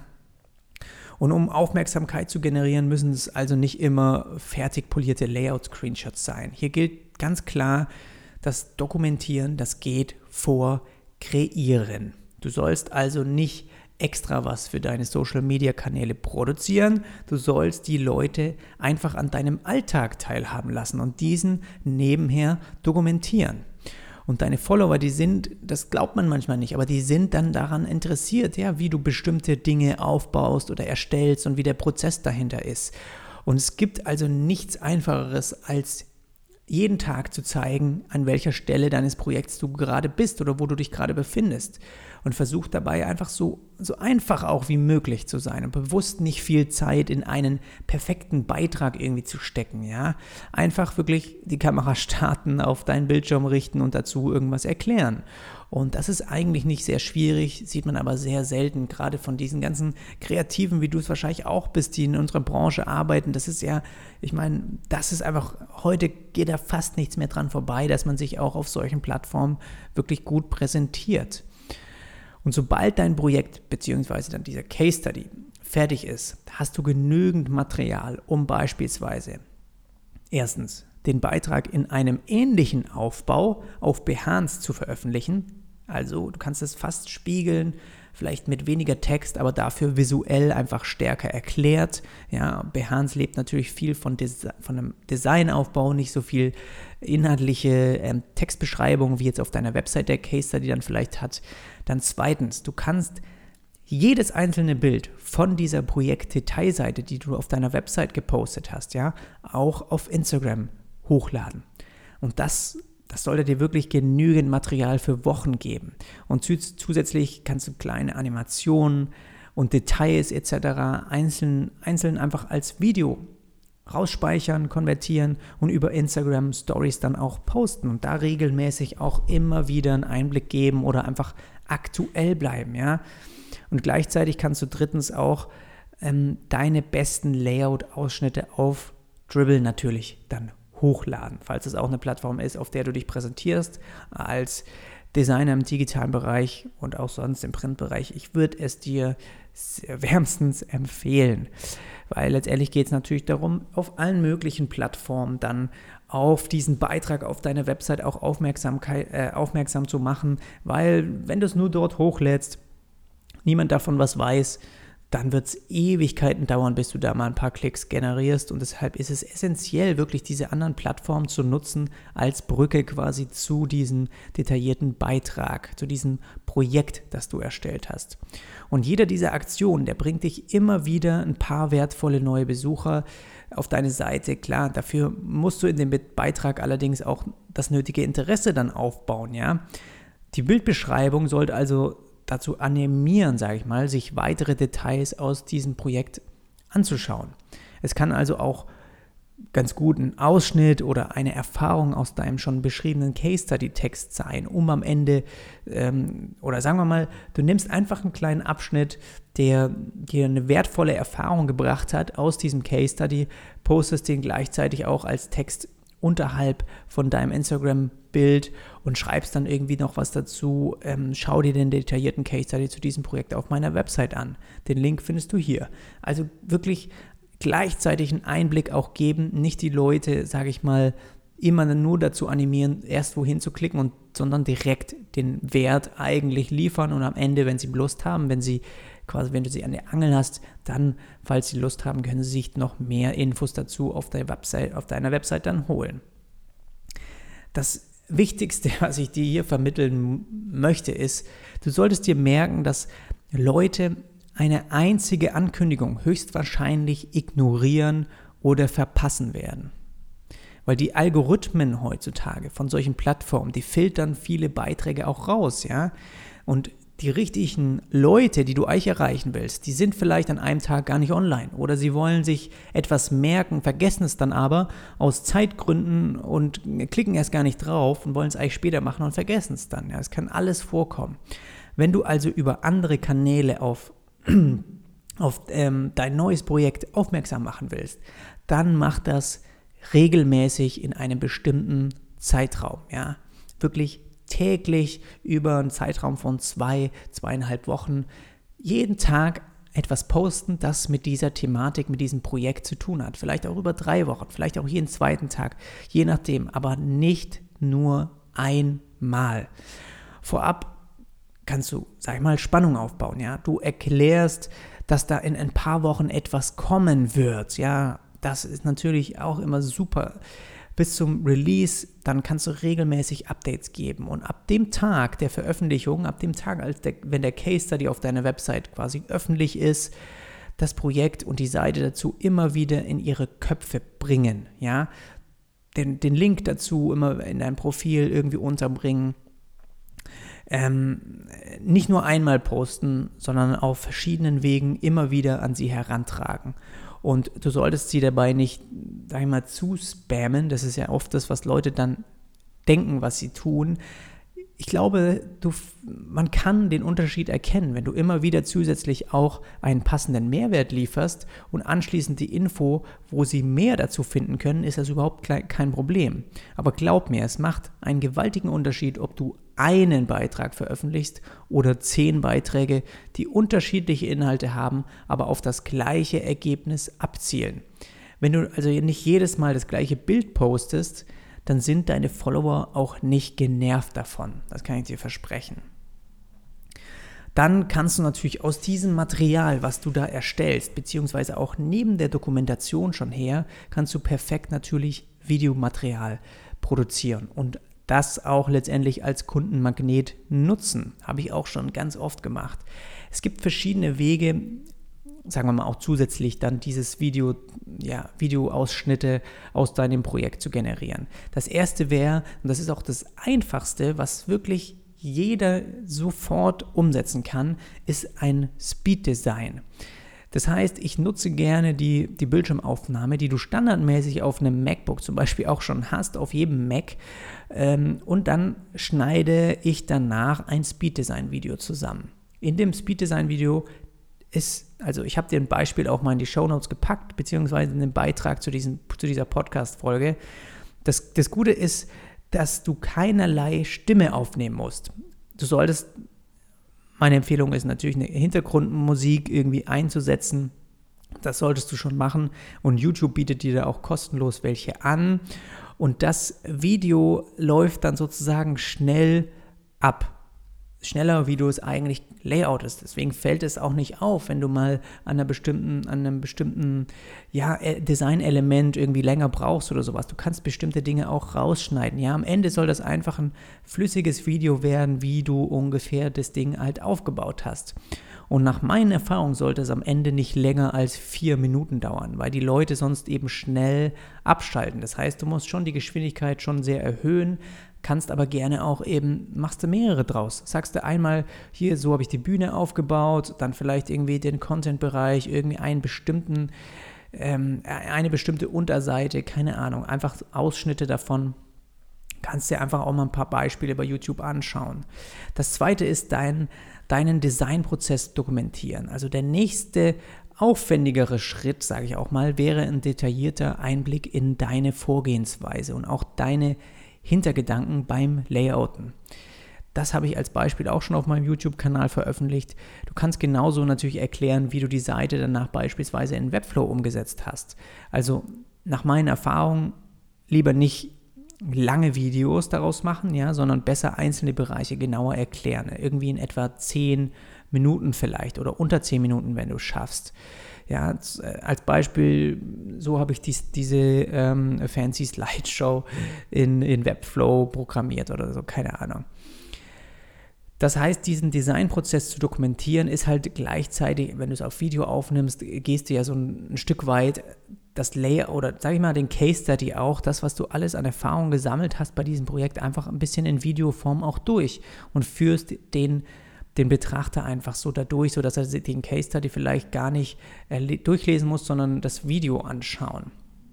Und um Aufmerksamkeit zu generieren, müssen es also nicht immer fertig polierte Layout-Screenshots sein. Hier gilt ganz klar, das Dokumentieren, das geht vor Kreieren. Du sollst also nicht extra was für deine Social-Media-Kanäle produzieren. Du sollst die Leute einfach an deinem Alltag teilhaben lassen und diesen nebenher dokumentieren. Und deine Follower, die sind, das glaubt man manchmal nicht, aber die sind dann daran interessiert, ja, wie du bestimmte Dinge aufbaust oder erstellst und wie der Prozess dahinter ist. Und es gibt also nichts Einfacheres, als jeden Tag zu zeigen, an welcher Stelle deines Projekts du gerade bist oder wo du dich gerade befindest. Und versuch dabei einfach so, so einfach auch wie möglich zu sein und bewusst nicht viel Zeit in einen perfekten Beitrag irgendwie zu stecken, ja. Einfach wirklich die Kamera starten, auf deinen Bildschirm richten und dazu irgendwas erklären. Und das ist eigentlich nicht sehr schwierig, sieht man aber sehr selten, gerade von diesen ganzen Kreativen, wie du es wahrscheinlich auch bist, die in unserer Branche arbeiten. Das ist ja, ich meine, das ist einfach, heute geht da fast nichts mehr dran vorbei, dass man sich auch auf solchen Plattformen wirklich gut präsentiert. Und sobald dein Projekt bzw. dann dieser Case Study fertig ist, hast du genügend Material, um beispielsweise erstens den Beitrag in einem ähnlichen Aufbau auf Behance zu veröffentlichen. Also du kannst es fast spiegeln, vielleicht mit weniger Text, aber dafür visuell einfach stärker erklärt. Ja, Behance lebt natürlich viel von, Desi- von einem Designaufbau, nicht so viel inhaltliche ähm, Textbeschreibung, wie jetzt auf deiner Website der Case Study dann vielleicht hat. Dann zweitens, du kannst jedes einzelne Bild von dieser Projekt-Detailseite, die du auf deiner Website gepostet hast, ja, auch auf Instagram hochladen. Und das, das sollte dir wirklich genügend Material für Wochen geben. Und zus- zusätzlich kannst du kleine Animationen und Details et cetera einzeln, einzeln einfach als Video rausspeichern, konvertieren und über Instagram Stories dann auch posten und da regelmäßig auch immer wieder einen Einblick geben oder einfach aktuell bleiben, ja. Und gleichzeitig kannst du drittens auch ähm, deine besten Layout-Ausschnitte auf Dribbble natürlich dann hochladen, falls es auch eine Plattform ist, auf der du dich präsentierst als Designer im digitalen Bereich und auch sonst im Printbereich. Ich würde es dir wärmstens empfehlen, weil letztendlich geht es natürlich darum, auf allen möglichen Plattformen dann auf diesen Beitrag auf deiner Website auch Aufmerksamkeit, äh, aufmerksam zu machen, weil wenn du es nur dort hochlädst, niemand davon was weiß, dann wird es Ewigkeiten dauern, bis du da mal ein paar Klicks generierst und deshalb ist es essentiell, wirklich diese anderen Plattformen zu nutzen als Brücke quasi zu diesem detaillierten Beitrag, zu diesem Projekt, das du erstellt hast. Und jeder dieser Aktionen, der bringt dich immer wieder ein paar wertvolle neue Besucher auf deine Seite. Klar, dafür musst du in dem Beitrag allerdings auch das nötige Interesse dann aufbauen, ja. Die Bildbeschreibung sollte also dazu animieren, sage ich mal, sich weitere Details aus diesem Projekt anzuschauen. Es kann also auch ganz gut ein Ausschnitt oder eine Erfahrung aus deinem schon beschriebenen Case-Study-Text sein, um am Ende, ähm, oder sagen wir mal, du nimmst einfach einen kleinen Abschnitt, der dir eine wertvolle Erfahrung gebracht hat aus diesem Case-Study, postest den gleichzeitig auch als Text unterhalb von deinem Instagram-Bild und schreibst dann irgendwie noch was dazu. Ähm, schau dir den detaillierten Case-Study zu diesem Projekt auf meiner Website an. Den Link findest du hier. Also wirklich gleichzeitig einen Einblick auch geben, nicht die Leute, sage ich mal, immer nur dazu animieren, erst wohin zu klicken, und, sondern direkt den Wert eigentlich liefern und am Ende, wenn sie Lust haben, wenn sie quasi, wenn du sie an der Angel hast, dann, falls sie Lust haben, können sie sich noch mehr Infos dazu auf der Website, auf deiner Website dann holen. Das Wichtigste, was ich dir hier vermitteln möchte, ist, du solltest dir merken, dass Leute eine einzige Ankündigung höchstwahrscheinlich ignorieren oder verpassen werden. Weil die Algorithmen heutzutage von solchen Plattformen, die filtern viele Beiträge auch raus, ja. Und die richtigen Leute, die du eigentlich erreichen willst, die sind vielleicht an einem Tag gar nicht online oder sie wollen sich etwas merken, vergessen es dann aber aus Zeitgründen und klicken erst gar nicht drauf und wollen es eigentlich später machen und vergessen es dann. Ja, es kann alles vorkommen. Wenn du also über andere Kanäle auf, auf ähm, dein neues Projekt aufmerksam machen willst, dann mach das regelmäßig in einem bestimmten Zeitraum. Ja, wirklich täglich über einen Zeitraum von zwei, zweieinhalb Wochen jeden Tag etwas posten, das mit dieser Thematik, mit diesem Projekt zu tun hat. Vielleicht auch über drei Wochen, vielleicht auch jeden zweiten Tag, je nachdem, aber nicht nur einmal. Vorab kannst du, sag ich mal, Spannung aufbauen, ja. Du erklärst, dass da in ein paar Wochen etwas kommen wird, ja. Das ist natürlich auch immer super. Bis zum Release, dann kannst du regelmäßig Updates geben. Und ab dem Tag der Veröffentlichung, ab dem Tag, als der, wenn der Case Study auf deiner Website quasi öffentlich ist, das Projekt und die Seite dazu immer wieder in ihre Köpfe bringen. Ja? Den, den Link dazu immer in dein Profil irgendwie unterbringen. Ähm, nicht nur einmal posten, sondern auf verschiedenen Wegen immer wieder an sie herantragen. Und du solltest sie dabei nicht, sag ich mal, zu spammen. Das ist ja oft das, was Leute dann denken, was sie tun. Ich glaube, du, man kann den Unterschied erkennen, wenn du immer wieder zusätzlich auch einen passenden Mehrwert lieferst und anschließend die Info, wo sie mehr dazu finden können, ist das überhaupt kein Problem. Aber glaub mir, es macht einen gewaltigen Unterschied, ob du einen Beitrag veröffentlichst oder zehn Beiträge, die unterschiedliche Inhalte haben, aber auf das gleiche Ergebnis abzielen. Wenn du also nicht jedes Mal das gleiche Bild postest, dann sind deine Follower auch nicht genervt davon. Das kann ich dir versprechen. Dann kannst du natürlich aus diesem Material, was du da erstellst, beziehungsweise auch neben der Dokumentation schon her, kannst du perfekt natürlich Videomaterial produzieren und das auch letztendlich als Kundenmagnet nutzen. Habe ich auch schon ganz oft gemacht. Es gibt verschiedene Wege, sagen wir mal auch zusätzlich dann dieses Video, ja, Videoausschnitte aus deinem Projekt zu generieren. Das erste wäre, und das ist auch das Einfachste, was wirklich jeder sofort umsetzen kann, ist ein Speed Design. Das heißt, ich nutze gerne die, die Bildschirmaufnahme, die du standardmäßig auf einem MacBook zum Beispiel auch schon hast, auf jedem Mac, ähm, und dann schneide ich danach ein Speed Design Video zusammen. In dem Speed Design Video ist, also ich habe dir ein Beispiel auch mal in die Shownotes gepackt, beziehungsweise in den Beitrag zu, diesen, zu dieser Podcast-Folge. Das, das Gute ist, dass du keinerlei Stimme aufnehmen musst. Du solltest, meine Empfehlung ist natürlich eine Hintergrundmusik irgendwie einzusetzen. Das solltest du schon machen und YouTube bietet dir da auch kostenlos welche an. Und das Video läuft dann sozusagen schnell ab. Schneller, wie du es eigentlich Layout ist. Deswegen fällt es auch nicht auf, wenn du mal an einer bestimmten, an einem bestimmten ja, Designelement irgendwie länger brauchst oder sowas. Du kannst bestimmte Dinge auch rausschneiden. Ja, am Ende soll das einfach ein flüssiges Video werden, wie du ungefähr das Ding halt aufgebaut hast. Und nach meinen Erfahrungen sollte es am Ende nicht länger als vier Minuten dauern, weil die Leute sonst eben schnell abschalten. Das heißt, du musst schon die Geschwindigkeit schon sehr erhöhen, kannst aber gerne auch eben, machst du mehrere draus. Sagst du einmal, hier, so habe ich die Bühne aufgebaut, dann vielleicht irgendwie den Content-Bereich, irgendwie einen bestimmten, ähm, eine bestimmte Unterseite, keine Ahnung, einfach Ausschnitte davon. Kannst dir einfach auch mal ein paar Beispiele bei YouTube anschauen. Das zweite ist dein, deinen Designprozess dokumentieren. Also der nächste aufwendigere Schritt, sage ich auch mal, wäre ein detaillierter Einblick in deine Vorgehensweise und auch deine Hintergedanken beim Layouten. Das habe ich als Beispiel auch schon auf meinem YouTube-Kanal veröffentlicht. Du kannst genauso natürlich erklären, wie du die Seite danach beispielsweise in Webflow umgesetzt hast. Also nach meinen Erfahrungen lieber nicht lange Videos daraus machen, ja, sondern besser einzelne Bereiche genauer erklären. Irgendwie in etwa zehn Minuten vielleicht oder unter zehn Minuten, wenn du es schaffst. Ja, als Beispiel, so habe ich dies, diese ähm, fancy Slideshow in, in Webflow programmiert oder so, keine Ahnung. Das heißt, diesen Designprozess zu dokumentieren, ist halt gleichzeitig, wenn du es auf Video aufnimmst, gehst du ja so ein, ein Stück weit das Layer oder sag ich mal den Case Study auch, das, was du alles an Erfahrung gesammelt hast bei diesem Projekt, einfach ein bisschen in Videoform auch durch und führst den den Betrachter einfach so dadurch, sodass er den Case Study vielleicht gar nicht äh, durchlesen muss, sondern das Video anschauen.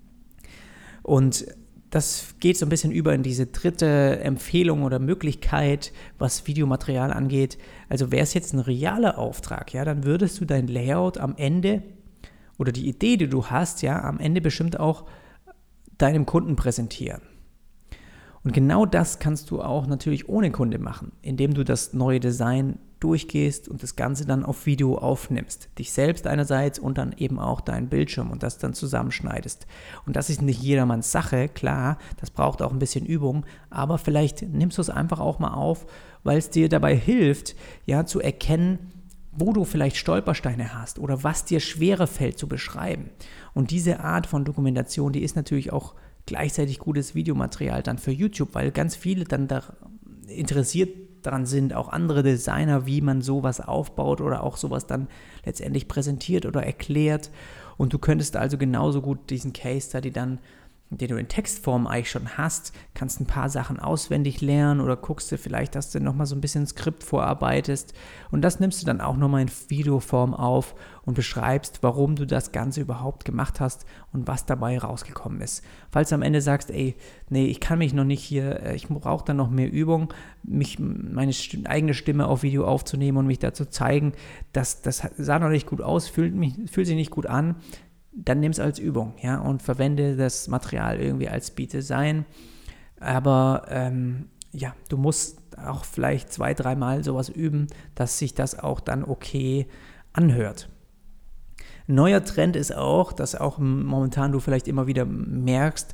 Und das geht so ein bisschen über in diese dritte Empfehlung oder Möglichkeit, was Videomaterial angeht. Also wäre es jetzt ein realer Auftrag, ja, dann würdest du dein Layout am Ende oder die Idee, die du hast, ja, am Ende bestimmt auch deinem Kunden präsentieren. Und genau das kannst du auch natürlich ohne Kunde machen, indem du das neue Design durchgehst und das Ganze dann auf Video aufnimmst. Dich selbst einerseits und dann eben auch deinen Bildschirm und das dann zusammenschneidest. Und das ist nicht jedermanns Sache, klar, das braucht auch ein bisschen Übung, aber vielleicht nimmst du es einfach auch mal auf, weil es dir dabei hilft, ja, zu erkennen, wo du vielleicht Stolpersteine hast oder was dir schwerer fällt zu beschreiben. Und diese Art von Dokumentation, die ist natürlich auch gleichzeitig gutes Videomaterial dann für YouTube, weil ganz viele dann da interessiert daran sind, auch andere Designer, wie man sowas aufbaut oder auch sowas dann letztendlich präsentiert oder erklärt. Und du könntest also genauso gut diesen Case Study dann, den du in Textform eigentlich schon hast, kannst ein paar Sachen auswendig lernen oder guckst du vielleicht, dass du nochmal so ein bisschen ein Skript vorarbeitest und das nimmst du dann auch nochmal in Videoform auf und beschreibst, warum du das Ganze überhaupt gemacht hast und was dabei rausgekommen ist. Falls du am Ende sagst, ey, nee, ich kann mich noch nicht hier, ich brauche dann noch mehr Übung, mich, meine St- eigene Stimme auf Video aufzunehmen und mich da zu zeigen, das, das sah noch nicht gut aus, fühlt, mich, fühlt sich nicht gut an, dann nimm es als Übung, ja, und verwende das Material irgendwie als Speed Design. Aber ähm, ja, du musst auch vielleicht zwei, dreimal sowas üben, dass sich das auch dann okay anhört. Ein neuer Trend ist auch, dass auch momentan du vielleicht immer wieder merkst,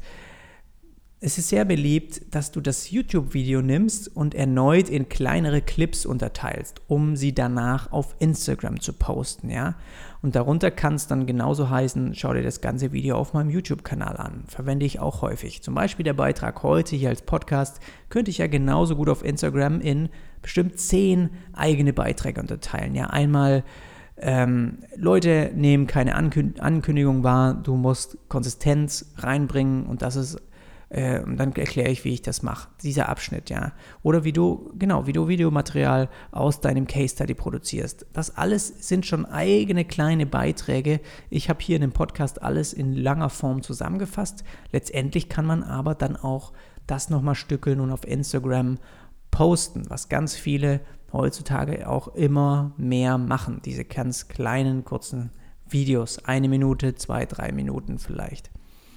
es ist sehr beliebt, dass du das YouTube-Video nimmst und erneut in kleinere Clips unterteilst, um sie danach auf Instagram zu posten, ja. Und darunter kann es dann genauso heißen, schau dir das ganze Video auf meinem YouTube-Kanal an. Verwende ich auch häufig. Zum Beispiel der Beitrag heute hier als Podcast könnte ich ja genauso gut auf Instagram in bestimmt zehn eigene Beiträge unterteilen. Ja, einmal ähm, Leute nehmen keine Ankün- Ankündigung wahr, du musst Konsistenz reinbringen und das ist Äh, und dann erkläre ich, wie ich das mache, dieser Abschnitt, ja. Oder wie du, genau, wie du Videomaterial aus deinem Case Study produzierst. Das alles sind schon eigene kleine Beiträge. Ich habe hier in dem Podcast alles in langer Form zusammengefasst. Letztendlich kann man aber dann auch das nochmal stückeln und auf Instagram posten, was ganz viele heutzutage auch immer mehr machen. Diese ganz kleinen, kurzen Videos, eine Minute, zwei, drei Minuten vielleicht.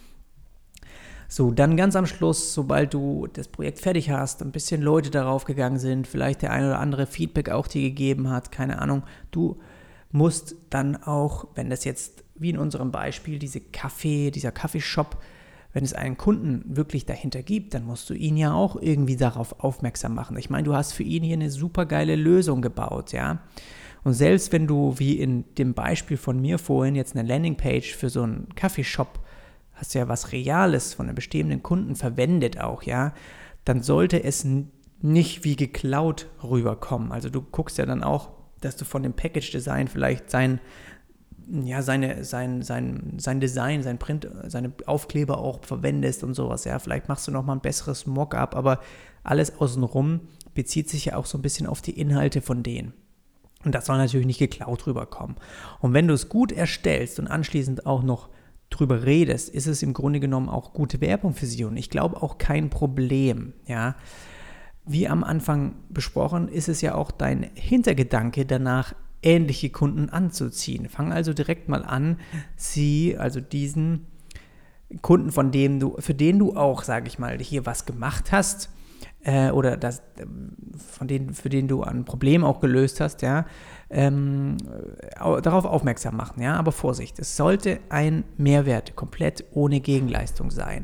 So, dann ganz am Schluss, sobald du das Projekt fertig hast, ein bisschen Leute darauf gegangen sind, vielleicht der eine oder andere Feedback auch dir gegeben hat, keine Ahnung, du musst dann auch, wenn das jetzt, wie in unserem Beispiel, diese Kaffee, dieser Kaffeeshop, wenn es einen Kunden wirklich dahinter gibt, dann musst du ihn ja auch irgendwie darauf aufmerksam machen. Ich meine, du hast für ihn hier eine super geile Lösung gebaut, ja. Und selbst wenn du, wie in dem Beispiel von mir vorhin, jetzt eine Landingpage für so einen Kaffeeshop hast ja was Reales von einem bestehenden Kunden verwendet auch, ja, dann sollte es n- nicht wie geklaut rüberkommen. Also du guckst ja dann auch, dass du von dem Package-Design vielleicht sein, ja, seine, sein, sein, sein Design, sein Print, seine Aufkleber auch verwendest und sowas, ja, vielleicht machst du nochmal ein besseres Mockup, aber alles außenrum bezieht sich ja auch so ein bisschen auf die Inhalte von denen. Und das soll natürlich nicht geklaut rüberkommen. Und wenn du es gut erstellst und anschließend auch noch drüber redest, ist es im Grunde genommen auch gute Werbung für sie und ich glaube auch kein Problem, ja. Wie am Anfang besprochen, ist es ja auch dein Hintergedanke danach, ähnliche Kunden anzuziehen. Fang also direkt mal an, sie, also diesen Kunden, von dem du, für den du auch, sage ich mal, hier was gemacht hast, äh, oder das, von denen, für den du ein Problem auch gelöst hast, ja, ähm, darauf aufmerksam machen, ja, aber Vorsicht, es sollte ein Mehrwert komplett ohne Gegenleistung sein.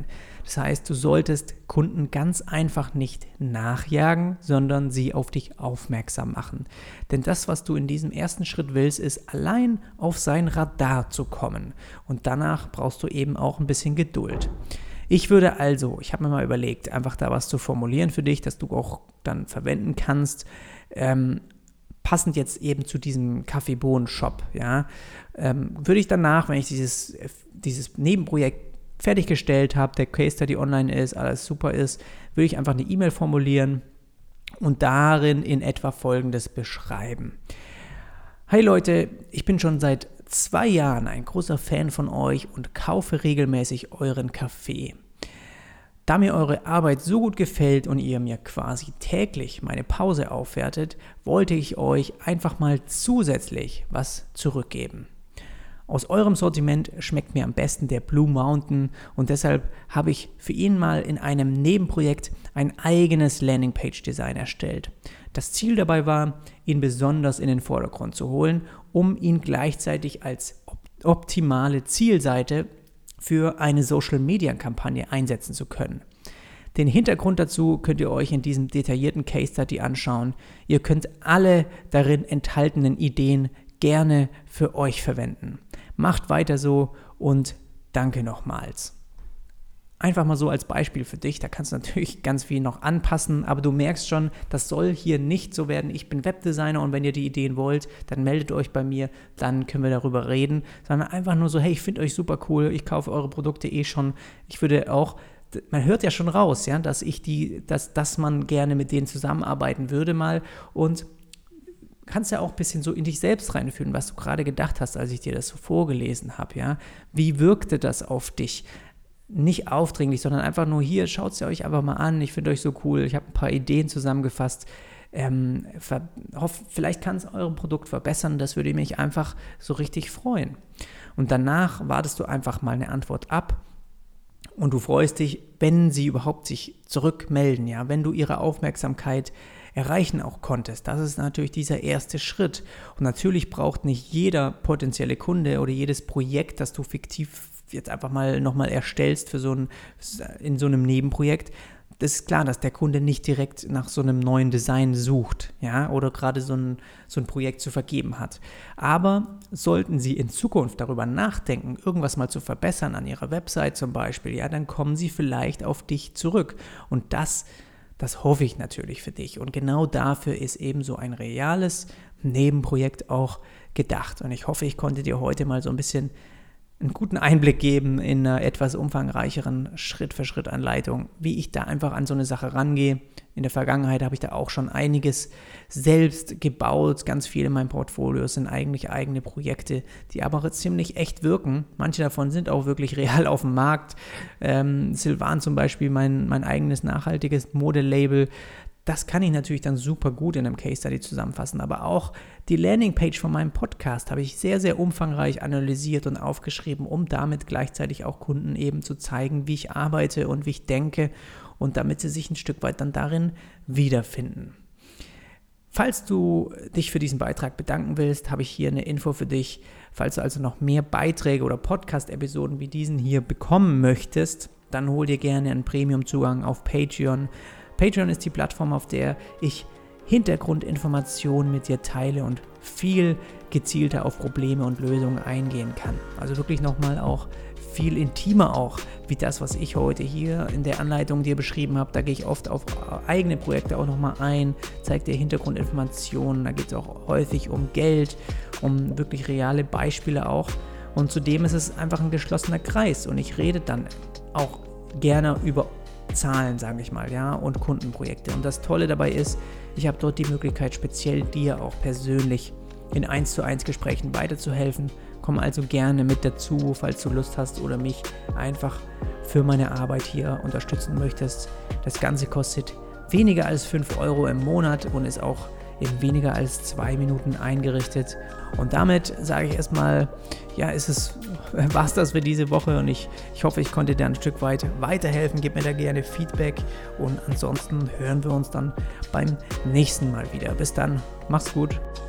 Das heißt, du solltest Kunden ganz einfach nicht nachjagen, sondern sie auf dich aufmerksam machen. Denn das, was du in diesem ersten Schritt willst, ist allein auf sein Radar zu kommen. Und danach brauchst du eben auch ein bisschen Geduld. Ich würde also, ich habe mir mal überlegt, einfach da was zu formulieren für dich, dass du auch dann verwenden kannst, ähm, passend jetzt eben zu diesem Kaffeebohnen-Shop, ja, ähm, würde ich danach, wenn ich dieses, dieses Nebenprojekt fertiggestellt habe, der Case Study online ist, alles super ist, würde ich einfach eine E-Mail formulieren und darin in etwa Folgendes beschreiben. Hi Leute, ich bin schon seit zwei Jahren ein großer Fan von euch und kaufe regelmäßig euren Kaffee. Da mir eure Arbeit so gut gefällt und ihr mir quasi täglich meine Pause aufwertet, wollte ich euch einfach mal zusätzlich was zurückgeben. Aus eurem Sortiment schmeckt mir am besten der Blue Mountain und deshalb habe ich für ihn mal in einem Nebenprojekt ein eigenes Landingpage-Design erstellt. Das Ziel dabei war, ihn besonders in den Vordergrund zu holen, um ihn gleichzeitig als optimale Zielseite für eine Social-Media-Kampagne einsetzen zu können. Den Hintergrund dazu könnt ihr euch in diesem detaillierten Case Study anschauen. Ihr könnt alle darin enthaltenen Ideen gerne für euch verwenden. Macht weiter so und danke nochmals. Einfach mal so als Beispiel für dich, da kannst du natürlich ganz viel noch anpassen, aber du merkst schon, das soll hier nicht so werden, ich bin Webdesigner und wenn ihr die Ideen wollt, dann meldet euch bei mir, dann können wir darüber reden, sondern einfach nur so, hey, ich finde euch super cool, ich kaufe eure Produkte eh schon, ich würde auch, man hört ja schon raus, ja, dass ich die, dass, dass man gerne mit denen zusammenarbeiten würde mal und kannst ja auch ein bisschen so in dich selbst reinfühlen, was du gerade gedacht hast, als ich dir das so vorgelesen habe, ja, wie wirkte das auf dich? Nicht aufdringlich, sondern einfach nur hier, schaut es euch einfach mal an, ich finde euch so cool, ich habe ein paar Ideen zusammengefasst, ähm, ver- hoff, vielleicht kann es euer Produkt verbessern, das würde mich einfach so richtig freuen. Und danach wartest du einfach mal eine Antwort ab und du freust dich, wenn sie überhaupt sich zurückmelden, ja, wenn du ihre Aufmerksamkeit erreichen auch konntest. Das ist natürlich dieser erste Schritt. Und natürlich braucht nicht jeder potenzielle Kunde oder jedes Projekt, das du fiktiv jetzt einfach mal nochmal erstellst für so ein, in so einem Nebenprojekt, das ist klar, dass der Kunde nicht direkt nach so einem neuen Design sucht, ja, oder gerade so ein, so ein Projekt zu vergeben hat. Aber sollten Sie in Zukunft darüber nachdenken, irgendwas mal zu verbessern an Ihrer Website zum Beispiel, ja, dann kommen Sie vielleicht auf dich zurück. Und das, das hoffe ich natürlich für dich. Und genau dafür ist eben so ein reales Nebenprojekt auch gedacht. Und ich hoffe, ich konnte dir heute mal so ein bisschen einen guten Einblick geben in einer etwas umfangreicheren Schritt-für-Schritt-Anleitung, wie ich da einfach an so eine Sache rangehe. In der Vergangenheit habe ich da auch schon einiges selbst gebaut. Ganz viele in meinem Portfolio sind eigentlich eigene Projekte, die aber ziemlich echt wirken. Manche davon sind auch wirklich real auf dem Markt. Ähm, Sylvan zum Beispiel, mein, mein eigenes nachhaltiges Modelabel. Das kann ich natürlich dann super gut in einem Case Study zusammenfassen, aber auch die Landingpage von meinem Podcast habe ich sehr, sehr umfangreich analysiert und aufgeschrieben, um damit gleichzeitig auch Kunden eben zu zeigen, wie ich arbeite und wie ich denke und damit sie sich ein Stück weit dann darin wiederfinden. Falls du dich für diesen Beitrag bedanken willst, habe ich hier eine Info für dich. Falls du also noch mehr Beiträge oder Podcast-Episoden wie diesen hier bekommen möchtest, dann hol dir gerne einen Premium-Zugang auf Patreon. Patreon ist die Plattform, auf der ich Hintergrundinformationen mit dir teile und viel gezielter auf Probleme und Lösungen eingehen kann. Also wirklich nochmal auch viel intimer auch, wie das, was ich heute hier in der Anleitung dir beschrieben habe. Da gehe ich oft auf eigene Projekte auch nochmal ein, zeige dir Hintergrundinformationen, da geht es auch häufig um Geld, um wirklich reale Beispiele auch. Und zudem ist es einfach ein geschlossener Kreis und ich rede dann auch gerne über Zahlen, sage ich mal, ja, und Kundenprojekte. Und das Tolle dabei ist, ich habe dort die Möglichkeit, speziell dir auch persönlich in eins zu eins Gesprächen weiterzuhelfen. Komm also gerne mit dazu, falls du Lust hast oder mich einfach für meine Arbeit hier unterstützen möchtest. Das Ganze kostet weniger als fünf Euro im Monat und ist auch in weniger als zwei Minuten eingerichtet. Und damit sage ich erstmal, ja, ist es, war es das für diese Woche und ich, ich hoffe, ich konnte dir ein Stück weit weiterhelfen. Gib mir da gerne Feedback und ansonsten hören wir uns dann beim nächsten Mal wieder. Bis dann, mach's gut.